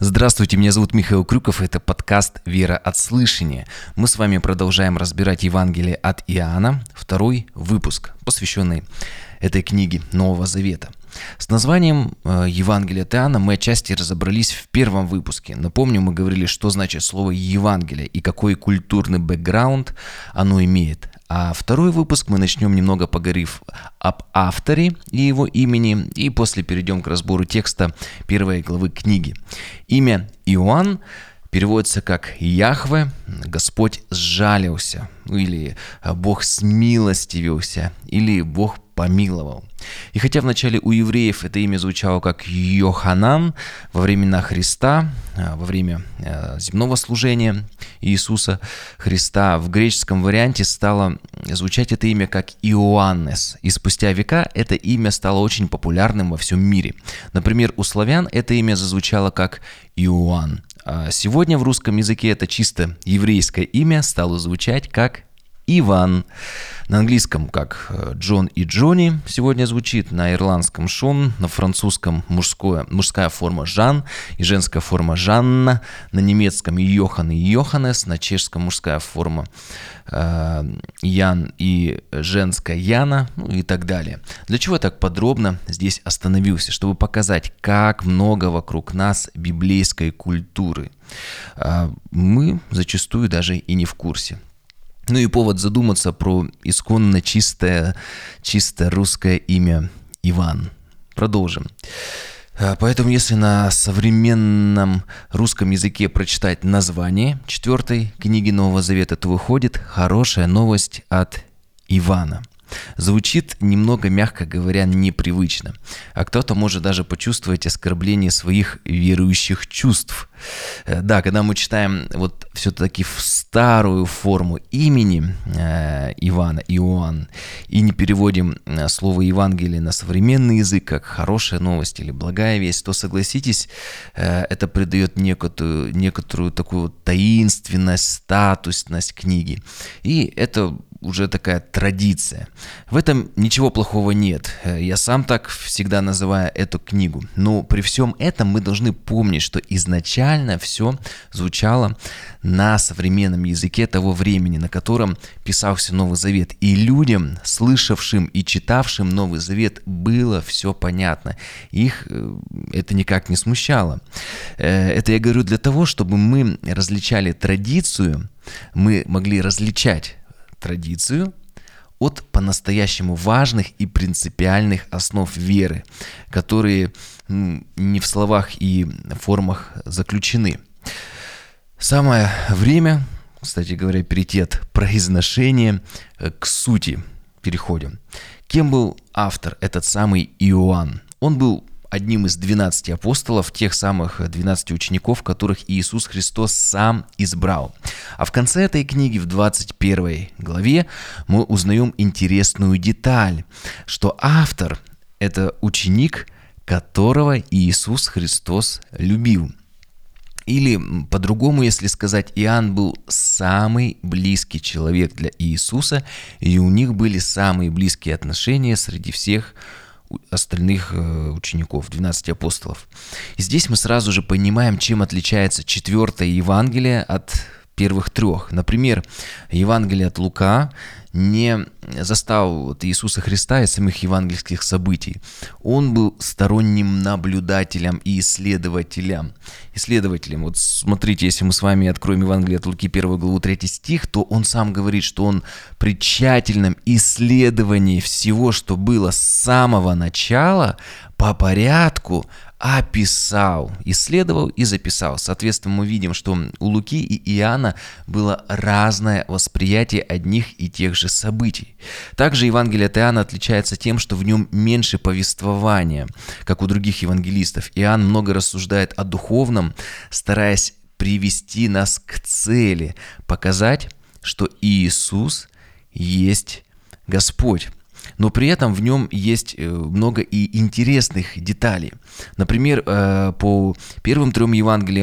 Здравствуйте, меня зовут Михаил Крюков, это подкаст «Вера от слышания». Мы с вами продолжаем разбирать Евангелие от Иоанна, второй выпуск, посвященный этой книге Нового Завета. С названием Евангелия от Иоанна мы отчасти разобрались в первом выпуске. Напомню, мы говорили, что значит слово «Евангелие» и какой культурный бэкграунд оно имеет. А второй выпуск мы начнем, немного поговорив об авторе и его имени, и после перейдем к разбору текста первой главы книги. Имя Иоанн переводится как «Яхве», «Господь сжалился», или «Бог смилостивился», или «Бог помиловал». И хотя вначале у евреев это имя звучало как Йоханан во времена Христа, во время земного служения Иисуса Христа, в греческом варианте стало звучать это имя как Иоаннес. И спустя века это имя стало очень популярным во всем мире. Например, у славян это имя зазвучало как Иоанн. А сегодня в русском языке это чисто еврейское имя стало звучать как Иван. На английском как Джон и Джонни сегодня звучит, на ирландском Шон, на французском мужская форма Жан и женская форма Жанна, на немецком Йохан и Йоханнес, на чешском мужская форма Ян и женская Яна, и так далее. Для чего я так подробно здесь остановился? Чтобы показать, как много вокруг нас библейской культуры. Мы зачастую даже и не в курсе. Ну и повод задуматься про исконно чистое русское имя Иван. Продолжим. Поэтому, если на современном русском языке прочитать название 4 книги Нового Завета, то выходит хорошая новость от Ивана. Звучит немного, мягко говоря, непривычно. А кто-то может даже почувствовать оскорбление своих верующих чувств. Да, когда мы читаем вот все-таки в старую форму имени Ивана, Иоанн, и не переводим слово Евангелие на современный язык, как хорошая новость или благая весть, то, согласитесь, это придает некоторую такую таинственность, статусность книги. И это уже такая традиция. В этом ничего плохого нет. Я сам так всегда называю эту книгу. Но при всем этом мы должны помнить, что изначально все звучало на современном языке того времени, на котором писался Новый Завет. И людям, слышавшим и читавшим Новый Завет, было все понятно. Их это никак не смущало. Это я говорю для того, чтобы мы различали традицию, мы могли различать традицию от по-настоящему важных и принципиальных основ веры, которые не в словах и формах заключены. Самое время, кстати говоря, перейти от произношения к сути. Переходим. Кем был автор, этот самый Иоанн? Он был одним из 12 апостолов, тех самых 12 учеников, которых Иисус Христос сам избрал. А в конце этой книги, в 21 главе, мы узнаем интересную деталь, что автор – это ученик, которого Иисус Христос любил. Или, по-другому, если сказать, Иоанн был самый близкий человек для Иисуса, и у них были самые близкие отношения среди всех остальных учеников, 12 апостолов. И здесь мы сразу же понимаем, чем отличается 4 Евангелие от первых 3. Например, Евангелие от Лука не застал Иисуса Христа и самих евангельских событий. Он был сторонним наблюдателем и исследователем. Вот смотрите, если мы с вами откроем Евангелие от Луки 1 главу 3 стих, то он сам говорит, что он при тщательном исследовании всего, что было с самого начала, по порядку описал, исследовал и записал. Соответственно, мы видим, что у Луки и Иоанна было разное восприятие одних и тех же событий. Также Евангелие от Иоанна отличается тем, что в нем меньше повествования, как у других евангелистов. Иоанн много рассуждает о духовном, стараясь привести нас к цели, показать, что Иисус есть Господь. Но при этом в нем есть много и интересных деталей. Например, по первым 3 Евангелиям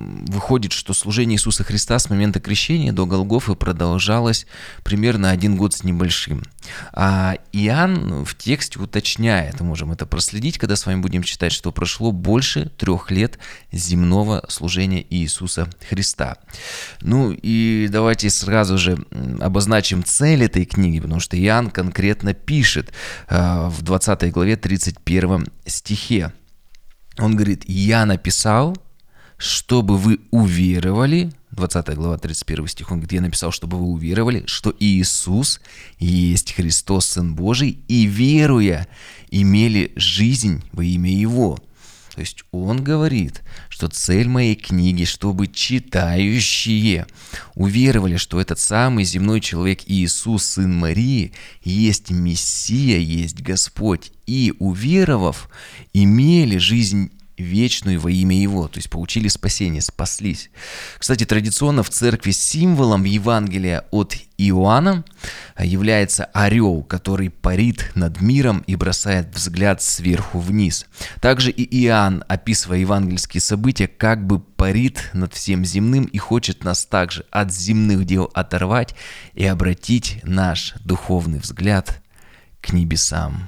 выходит, что служение Иисуса Христа с момента крещения до Голгофы продолжалось примерно 1 год с небольшим. А Иоанн в тексте уточняет, мы можем это проследить, когда с вами будем читать, что прошло больше 3 лет земного служения Иисуса Христа. Ну и давайте сразу же обозначим цель этой книги, потому что Иоанн конкретно пишет в 20 главе 31 стихе. Он говорит: «Я написал, чтобы вы уверовали». 20 глава, 31 стих. Он говорит: «Я написал, чтобы вы уверовали, что Иисус есть Христос, Сын Божий, и, веруя, имели жизнь во имя Его». То есть он говорит, что цель моей книги, чтобы читающие уверовали, что этот самый земной человек Иисус, Сын Марии, есть Мессия, есть Господь, и, уверовав, имели жизнь вечную во имя Его, то есть получили спасение, спаслись. Кстати, традиционно в церкви символом Евангелия от Иоанна является орел, который парит над миром и бросает взгляд сверху вниз. Также и Иоанн, описывая евангельские события, как бы парит над всем земным и хочет нас также от земных дел оторвать и обратить наш духовный взгляд к небесам.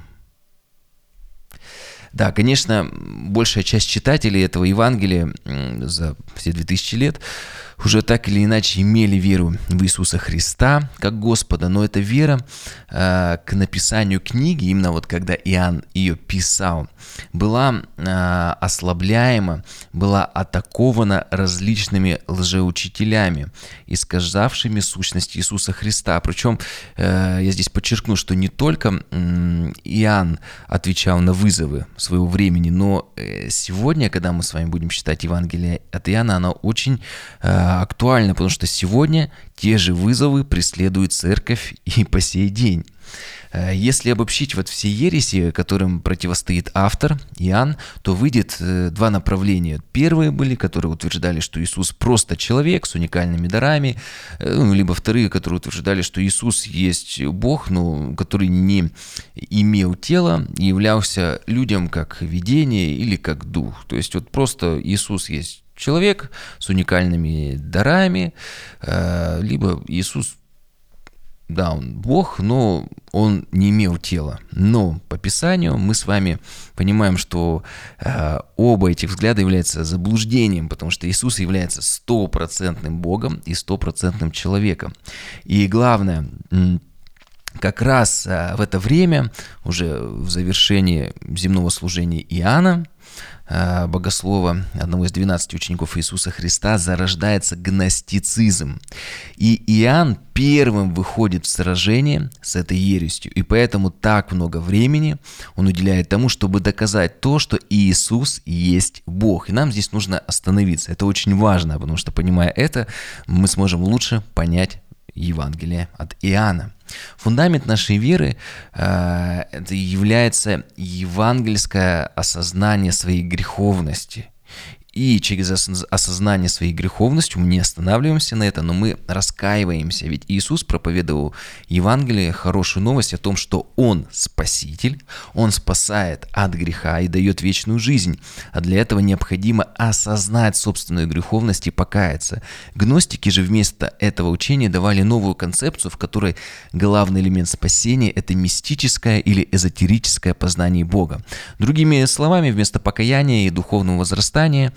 Да, конечно, большая часть читателей этого Евангелия за все 2000 лет уже так или иначе имели веру в Иисуса Христа как Господа, но эта вера к написанию книги, именно вот когда Иоанн ее писал, была ослабляема, была атакована различными лжеучителями, искажавшими сущность Иисуса Христа. Причем я здесь подчеркну, что не только Иоанн отвечал на вызовы своего времени, но сегодня, когда мы с вами будем читать Евангелие от Иоанна, оно очень актуально, потому что сегодня те же вызовы преследует церковь и по сей день. Если обобщить вот все ереси, которым противостоит автор Иоанн, то выйдет 2 направления. Первые были, которые утверждали, что Иисус просто человек с уникальными дарами, либо вторые, которые утверждали, что Иисус есть Бог, но который не имел тела и являлся людям как видение или как дух. То есть вот просто Иисус есть человек с уникальными дарами, либо Иисус, да, он Бог, но он не имел тела. Но по Писанию мы с вами понимаем, что оба этих взгляда являются заблуждением, потому что Иисус является 100% Богом и 100% человеком. И главное, как раз в это время, уже в завершении земного служения Иоанна, богослова, одного из 12 учеников Иисуса Христа, зарождается гностицизм. И Иоанн первым выходит в сражение с этой ересью. И поэтому так много времени он уделяет тому, чтобы доказать то, что Иисус есть Бог. И нам здесь нужно остановиться. Это очень важно, потому что, понимая это, мы сможем лучше понять Евангелие от Иоанна. Фундамент нашей веры это является евангельское осознание своей греховности. И через осознание своей греховности мы не останавливаемся на это, но мы раскаиваемся. Ведь Иисус проповедовал Евангелие, хорошую новость о том, что Он Спаситель, Он спасает от греха и дает вечную жизнь. А для этого необходимо осознать собственную греховность и покаяться. Гностики же вместо этого учения давали новую концепцию, в которой главный элемент спасения – это мистическое или эзотерическое познание Бога. Другими словами, вместо покаяния и духовного возрастания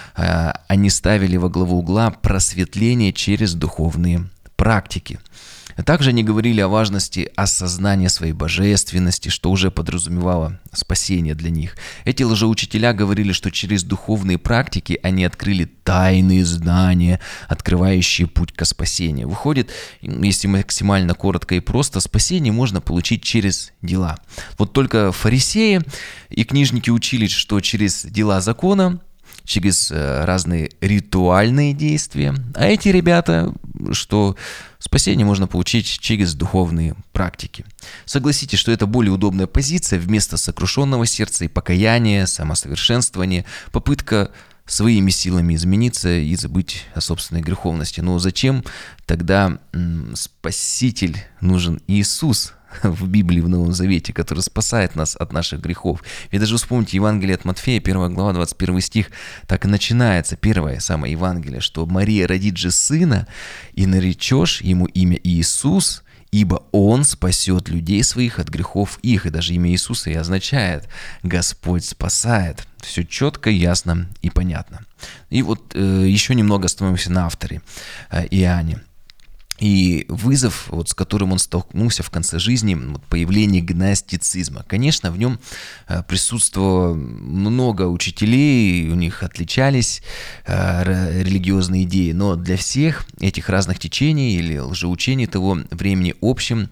они ставили во главу угла просветление через духовные практики. Также они говорили о важности осознания своей божественности, что уже подразумевало спасение для них. Эти лжеучителя говорили, что через духовные практики они открыли тайные знания, открывающие путь к спасению. Выходит, если максимально коротко и просто, спасение можно получить через дела. Вот только фарисеи и книжники учили, что через дела закона, через разные ритуальные действия. А эти ребята, что спасение можно получить через духовные практики. Согласитесь, что это более удобная позиция вместо сокрушенного сердца и покаяния, самосовершенствования, попытка своими силами измениться и забыть о собственной греховности. Но зачем тогда Спаситель нужен Иисус? в Библии, в Новом Завете, который спасает нас от наших грехов. Ведь даже вспомните Евангелие от Матфея, 1 глава, 21 стих, так и начинается первое самое Евангелие, что Мария родит же сына, и наречешь ему имя Иисус, ибо Он спасет людей своих от грехов их. И даже имя Иисуса и означает «Господь спасает». Все четко, ясно и понятно. И вот еще немного остановимся на авторе Иоанне. И вызов, вот, с которым он столкнулся в конце жизни, вот, появление гностицизма. Конечно, в нем присутствовало много учителей, у них отличались религиозные идеи, но для всех этих разных течений или лжеучений того времени общим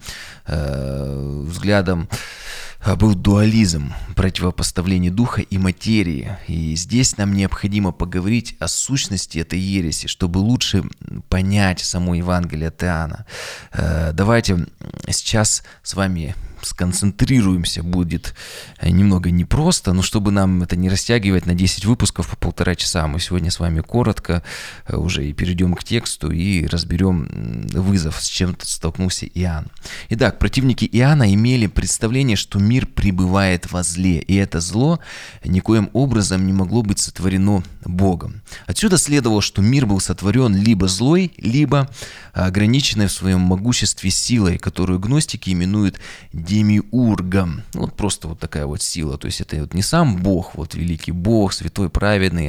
взглядом был дуализм, противопоставление духа и материи. И здесь нам необходимо поговорить о сущности этой ереси, чтобы лучше понять само Евангелие от Иоанна. Давайте сейчас с вами сконцентрируемся, будет немного непросто, но чтобы нам это не растягивать на 10 выпусков по 1,5 часа, мы сегодня с вами коротко уже и перейдем к тексту и разберем вызов, с чем столкнулся Иоанн. Итак, противники Иоанна имели представление, что мир пребывает во зле, и это зло никоим образом не могло быть сотворено Богом. Отсюда следовало, что мир был сотворен либо злой, либо ограниченной в своем могуществе силой, которую гностики именуют демиургом. Вот просто вот такая вот сила. То есть это вот не сам Бог, вот великий Бог, святой, праведный,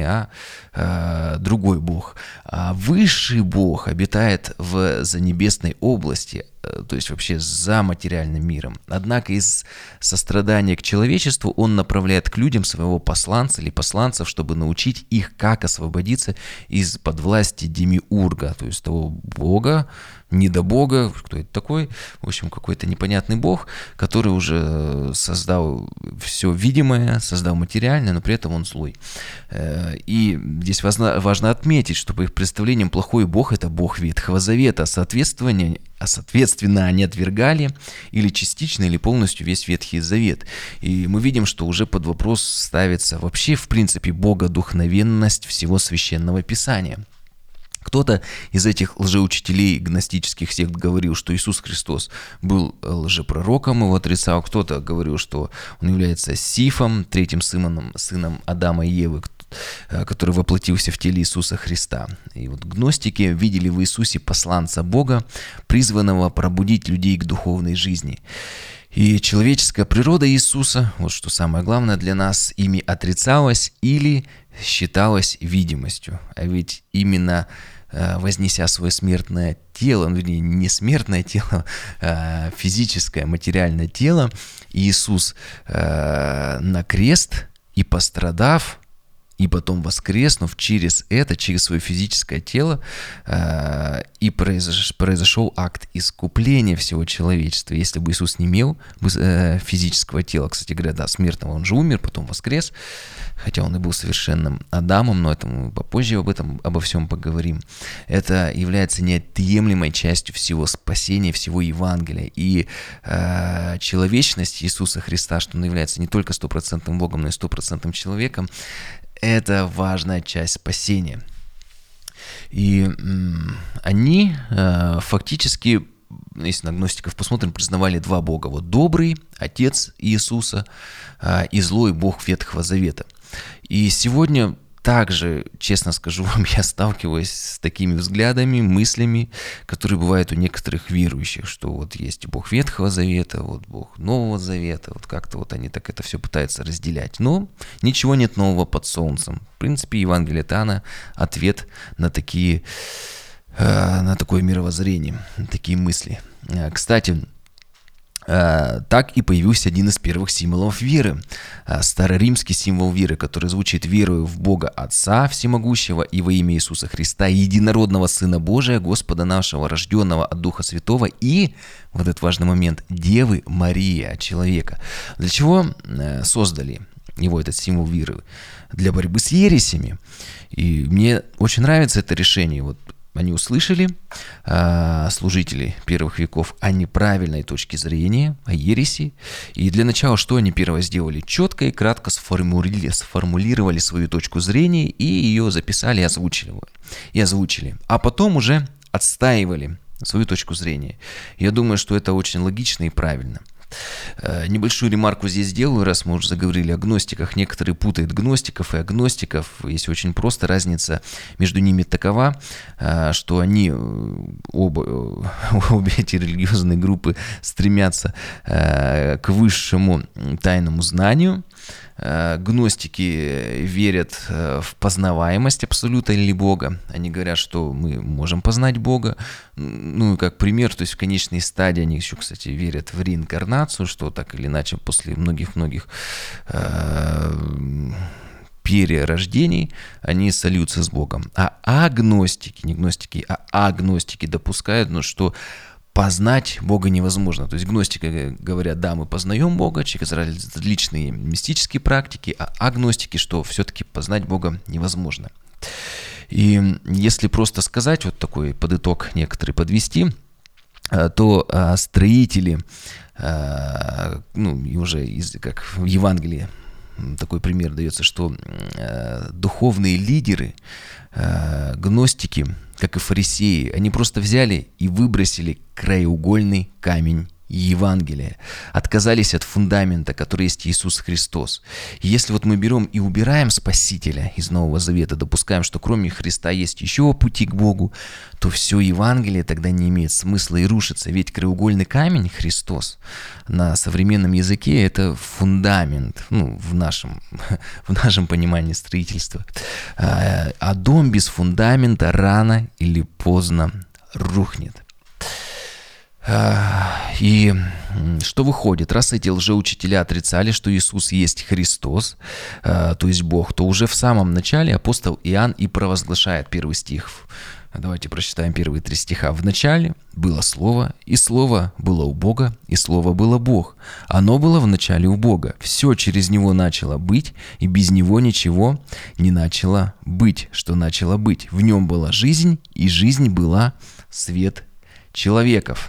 а другой Бог. А высший Бог обитает в занебесной области, то есть вообще за материальным миром. Однако из сострадания к человечеству он направляет к людям своего посланца или посланцев, чтобы научить их, как освободиться из-под власти демиурга, то есть того Бога, недобога, кто это такой, в общем, какой-то непонятный Бог, который уже создал все видимое, создал материальное, но при этом он злой. И здесь важно отметить, что по их представлениям плохой Бог – это Бог Ветхого Завета, соответственно, они отвергали или частично, или полностью весь Ветхий Завет. И мы видим, что уже под вопрос ставится вообще, в принципе, богодухновенность всего Священного Писания. Кто-то из этих лжеучителей гностических сект говорил, что Иисус Христос был лжепророком, его отрицал. Кто-то говорил, что он является Сифом, третьим сыном Адама и Евы, который воплотился в теле Иисуса Христа. И вот гностики видели в Иисусе посланца Бога, призванного пробудить людей к духовной жизни. И человеческая природа Иисуса, вот что самое главное для нас, ими отрицалась или считалась видимостью. А ведь именно вознеся свое смертное тело, не смертное тело, а физическое, материальное тело, Иисус на крест и пострадав, и потом воскреснув через свое физическое тело, и произошел акт искупления всего человечества. Если бы Иисус не имел физического тела, кстати говоря, да, смертного, он же умер, потом воскрес, хотя он и был совершенным Адамом, но это мы попозже обо всем поговорим. Это является неотъемлемой частью всего спасения, всего Евангелия. И человечность Иисуса Христа, что он является не только 100% Богом, но и 100% человеком, это важная часть спасения. И они фактически, если на гностиков посмотрим, признавали два Бога. Вот добрый Отец Иисуса и злой Бог Ветхого Завета. И сегодня также, честно скажу вам, я сталкиваюсь с такими взглядами, мыслями, которые бывают у некоторых верующих, что вот есть Бог Ветхого Завета, вот Бог Нового Завета, вот как-то вот они так это все пытаются разделять. Но ничего нет нового под солнцем. В принципе, Евангелие от Иоанна – ответ на такое мировоззрение, на такие мысли. Кстати, так и появился один из первых символов веры. Староримский символ веры, который звучит: «Верую в Бога Отца Всемогущего и во имя Иисуса Христа, единородного Сына Божия, Господа нашего, рожденного от Духа Святого, и», вот этот важный момент, «Девы Марии, от человека». Для чего создали его этот символ веры? Для борьбы с ересями. И мне очень нравится это решение. Вот они услышали, служители первых веков, о неправильной точке зрения, о ереси. И для начала что они первое сделали? Четко и кратко сформулировали свою точку зрения и ее записали и озвучили. А потом уже отстаивали свою точку зрения. Я думаю, что это очень логично и правильно. Небольшую ремарку здесь сделаю, раз мы уже заговорили о гностиках. Некоторые путают гностиков и агностиков. Есть очень просто. Разница между ними такова, что они обе эти религиозные группы стремятся к высшему тайному знанию. Гностики верят в познаваемость абсолюта или Бога. Они говорят, что мы можем познать Бога. Ну, как пример, то есть в конечной стадии они еще, кстати, верят в реинкарнацию, что так или иначе после многих-многих перерождений они сольются с Богом. А агностики, не гностики, а агностики допускают, что познать Бога невозможно. То есть гностики говорят, да, мы познаем Бога через различные мистические практики, а агностики, что все-таки познать Бога невозможно. И если просто сказать, вот такой подыток некоторый подвести, то строители, и уже как в Евангелии такой пример дается, что духовные лидеры, гностики, как и фарисеи, они просто взяли и выбросили краеугольный камень Евангелия, отказались от фундамента, который есть Иисус Христос. И если вот мы берем и убираем Спасителя из Нового Завета, допускаем, что кроме Христа есть еще пути к Богу, то все Евангелие тогда не имеет смысла и рушится. Ведь краеугольный камень Христос на современном языке – это фундамент, в нашем понимании строительства. А дом без фундамента рано или поздно рухнет. И что выходит? Раз эти лжеучителя отрицали, что Иисус есть Христос, то есть Бог, то уже в самом начале апостол Иоанн и провозглашает первый стих. Давайте прочитаем первые 3 стиха. «В начале было Слово, и Слово было у Бога, и Слово было Бог. Оно было в начале у Бога. Все через Него начало быть, и без Него ничего не начало быть, что начало быть. В Нем была жизнь, и жизнь была свет человеков».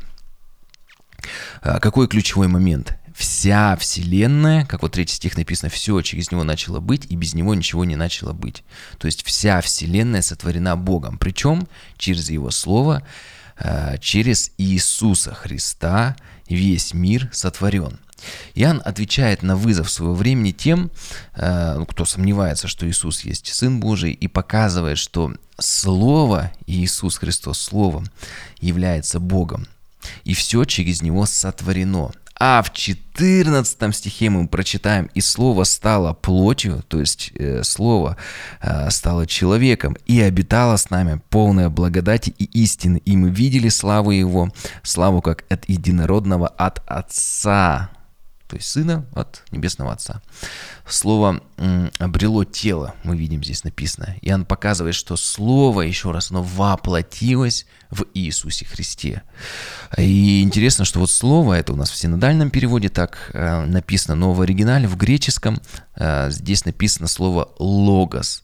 Какой ключевой момент? Вся Вселенная, как вот 3 стих написано, все через Него начало быть, и без Него ничего не начало быть. То есть вся Вселенная сотворена Богом, причем через Его Слово, через Иисуса Христа весь мир сотворен. Иоанн отвечает на вызов своего времени тем, кто сомневается, что Иисус есть Сын Божий, и показывает, что Слово, Иисус Христос Словом, является Богом. И все через Него сотворено. А в 14 стихе мы прочитаем: «И Слово стало плотью», то есть Слово стало человеком, «и обитало с нами, полное благодати и истины, и мы видели славу Его, славу как от единородного от Отца». То есть Сына от Небесного Отца. Слово обрело тело, мы видим здесь написано. Иоанн показывает, что Слово, еще раз, оно воплотилось в Иисусе Христе. И интересно, что вот Слово, это у нас в синодальном переводе так написано, но в оригинале, в греческом, здесь написано слово «логос».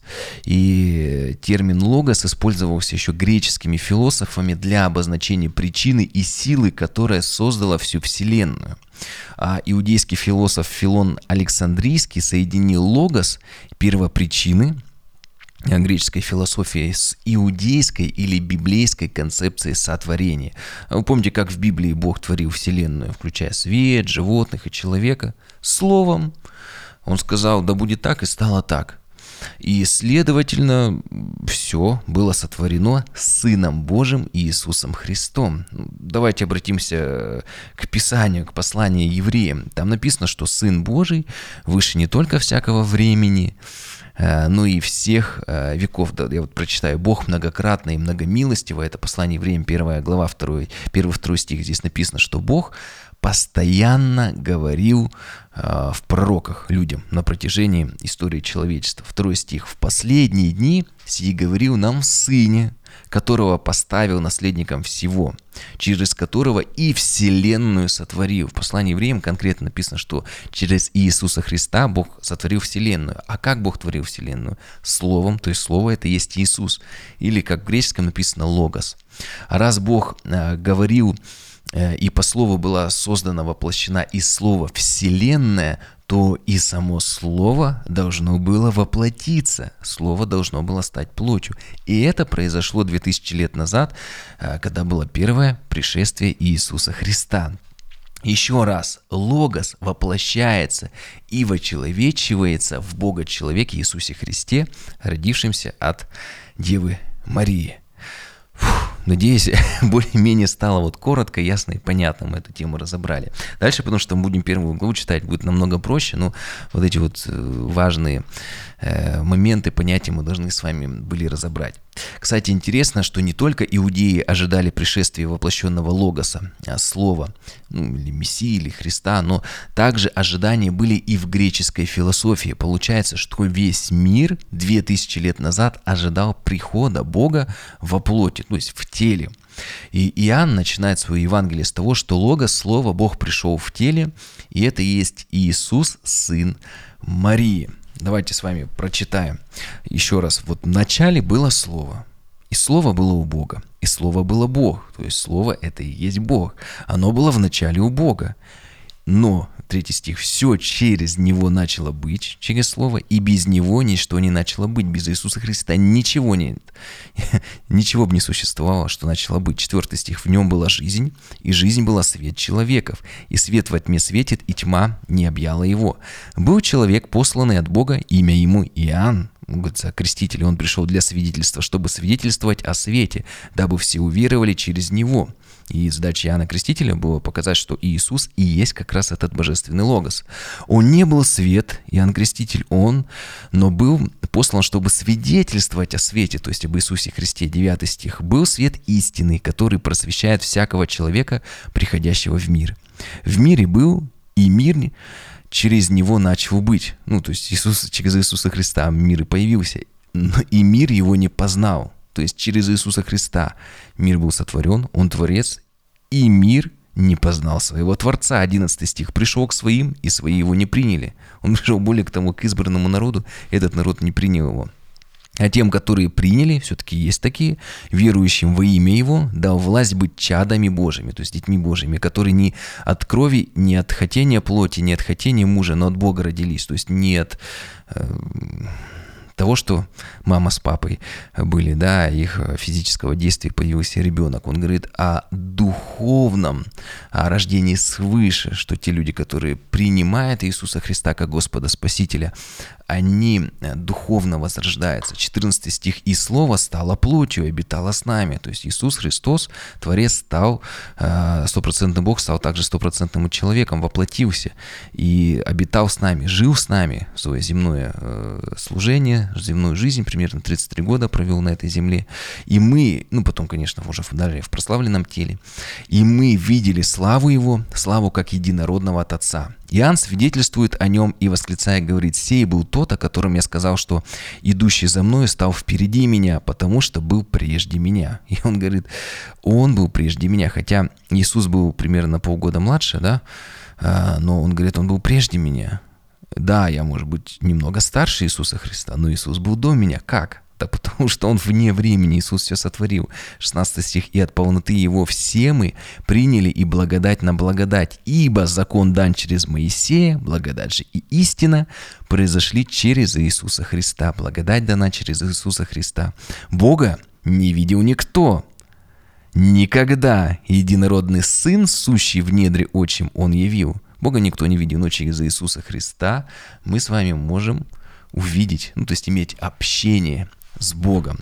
И термин «логос» использовался еще греческими философами для обозначения причины и силы, которая создала всю Вселенную. А иудейский философ Филон Александрийский соединил логос, первопричины греческой философии, с иудейской или библейской концепцией сотворения. Вы помните, как в Библии Бог творил Вселенную, включая свет, животных и человека, словом. Он сказал: да будет так, и стало так. И, следовательно, все было сотворено Сыном Божьим Иисусом Христом. Давайте обратимся к Писанию, к посланию евреям. Там написано, что Сын Божий выше не только всякого времени, но и всех веков. Да, я вот прочитаю: «Бог многократно и многомилостиво». Это послание евреям, 1 глава, 1-2 стих. Здесь написано, что Бог постоянно говорил в пророках людям на протяжении истории человечества. 2 стих. «В последние дни сии говорил нам в Сыне, которого поставил наследником всего, через которого и Вселенную сотворил». В послании евреям конкретно написано, что через Иисуса Христа Бог сотворил Вселенную. А как Бог творил Вселенную? Словом, то есть Слово — это есть Иисус. Или, как в греческом написано, «логос». А раз Бог говорил, и по Слову была создана, воплощена из Слова Вселенная, то и само Слово должно было воплотиться, Слово должно было стать плотью. И это произошло 2000 лет назад, когда было первое пришествие Иисуса Христа. Еще раз, Логос воплощается и вочеловечивается в Бога-человеке Иисусе Христе, родившемся от Девы Марии. Надеюсь, более-менее стало коротко, ясно и понятно, мы эту тему разобрали. Дальше, потому что мы будем первую главу читать, будет намного проще, но эти важные моменты, понятия мы должны с вами были разобрать. Кстати, интересно, что не только иудеи ожидали пришествия воплощенного Логоса, Слова, или Мессии, или Христа, но также ожидания были и в греческой философии. Получается, что весь мир 2000 лет назад ожидал прихода Бога во плоти, то есть в теле. И Иоанн начинает свое Евангелие с того, что Логос, Слово, Бог пришел в теле, и это и есть Иисус, сын Марии. Давайте с вами прочитаем еще раз. В начале было Слово, и Слово было у Бога, и Слово было Бог. То есть Слово — это и есть Бог. Оно было в начале у Бога. Но, 3 стих, все через Него начало быть, через Слово, и без Него ничто не начало быть. Без Иисуса Христа ничего нет. Ничего бы не существовало, что начало быть. 4 стих, в Нем была жизнь, и жизнь была свет человеков. И свет во тьме светит, и тьма не объяла его. Был человек, посланный от Бога, имя ему Иоанн. Говорится, креститель, он пришел для свидетельства, чтобы свидетельствовать о свете, дабы все уверовали через него. И задача Иоанна Крестителя было показать, что Иисус и есть как раз этот божественный Логос. Он не был свет, Иоанн Креститель, но был послан, чтобы свидетельствовать о свете, то есть об Иисусе Христе. 9 стих. Был свет истины, который просвещает всякого человека, приходящего в мир. В мире был, и мир через него начал быть. То есть через Иисуса Христа мир и появился, и мир его не познал. То есть через Иисуса Христа мир был сотворен, Он Творец, и мир не познал своего Творца. 11 стих. Пришел к своим, и свои его не приняли. Он пришел более к тому, к избранному народу, этот народ не принял его. А тем, которые приняли, все-таки есть такие, верующим во имя Его, дал власть быть чадами Божьими, то есть детьми Божьими, которые не от крови, не от хотения плоти, не от хотения мужа, но от Бога родились, то есть не от того, что мама с папой были, их физического действия появился ребенок. Он говорит о духовном, о рождении свыше, что те люди, которые принимают Иисуса Христа как Господа Спасителя, они духовно возрождаются. 14 стих. «И Слово стало плотью, и обитало с нами». То есть Иисус Христос, Творец, стал 100% Бог, стал также 100% человеком, воплотился и обитал с нами, жил с нами в свое земное служение, земную жизнь, примерно 33 года провел на этой земле. И мы, потом, конечно, уже далее в прославленном теле, и мы видели славу Его, славу как единородного от Отца. Иоанн свидетельствует о Нем и, восклицая, говорит: «Сей был тот, о котором я сказал, что идущий за мною стал впереди меня, потому что был прежде меня». И он говорит, он был прежде меня, хотя Иисус был примерно на полгода младше, но он говорит, он был прежде меня. Да, я, может быть, немного старше Иисуса Христа, но Иисус был до меня. Как? Да потому что Он вне времени, Иисус все сотворил. 16 стих. «И от полноты Его все мы приняли и благодать на благодать, ибо закон дан через Моисея, благодать же и истина произошли через Иисуса Христа». Благодать дана через Иисуса Христа. Бога не видел никто. Никогда единородный Сын, сущий в недре отчим, Он явил. Бога никто не видел, но через Иисуса Христа мы с вами можем увидеть, то есть иметь общение с Богом.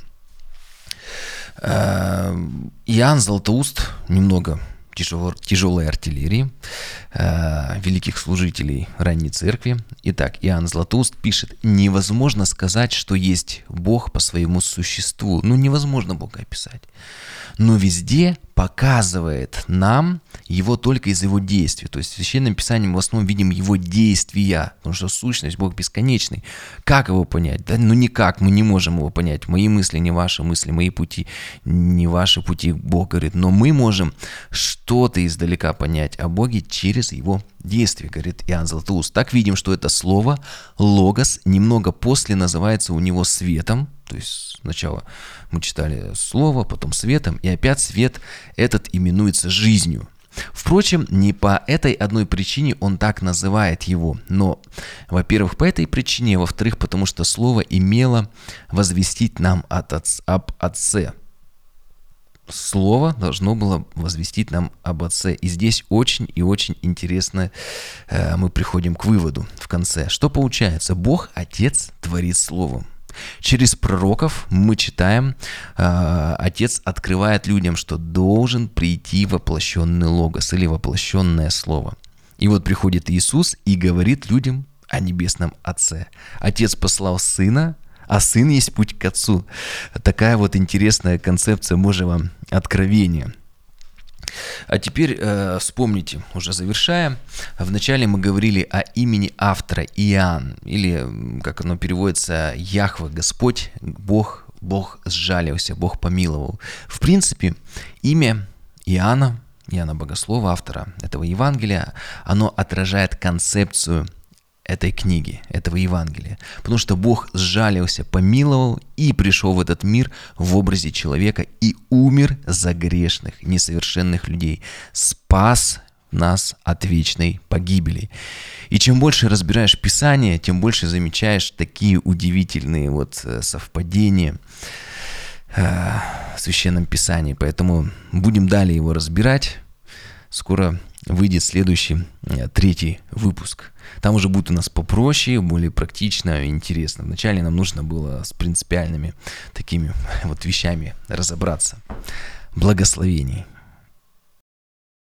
Иоанн Златоуст, немного тяжелой артиллерии, великих служителей ранней церкви. Итак, Иоанн Златоуст пишет: «Невозможно сказать, что есть Бог по своему существу». Невозможно Бога описать. Но везде показывает нам Его только из Его действий. То есть в Священном Писании мы в основном видим Его действия, потому что сущность, Бог бесконечный. Как Его понять? Никак, мы не можем Его понять. Мои мысли не ваши мысли, мои пути не ваши пути, Бог говорит. Но мы можем что-то издалека понять о Боге через Его действия, говорит Иоанн Златоуст. Так видим, что это слово, логос, немного после называется у него светом. То есть сначала мы читали слово, потом светом, и опять свет этот именуется жизнью. Впрочем, не по этой одной причине он так называет его, но, во-первых, по этой причине, во-вторых, потому что слово имело возвестить нам об Отце. Слово должно было возвестить нам об Отце. И здесь очень и очень интересно мы приходим к выводу в конце. Что получается? Бог, Отец, творит Словом. Через пророков мы читаем, Отец открывает людям, что должен прийти воплощенный Логос или воплощенное Слово. И вот приходит Иисус и говорит людям о Небесном Отце. Отец послал Сына, а Сын есть путь к Отцу. Такая вот интересная концепция Божьего откровения. А теперь вспомните, уже завершая, вначале мы говорили о имени автора Иоанн, или, как оно переводится, Яхве, Господь, Бог сжалился, Бог помиловал. В принципе, имя Иоанна Богослова, автора этого Евангелия, оно отражает концепцию этой книги, этого Евангелия. Потому что Бог сжалился, помиловал и пришел в этот мир в образе человека и умер за грешных, несовершенных людей. Спас нас от вечной погибели. И чем больше разбираешь Писание, тем больше замечаешь такие удивительные вот совпадения в Священном Писании. Поэтому будем далее его разбирать. Скоро выйдет следующий, 3-й выпуск. Там уже будет у нас попроще, более практично и интересно. Вначале нам нужно было с принципиальными такими вот вещами разобраться. Благословений.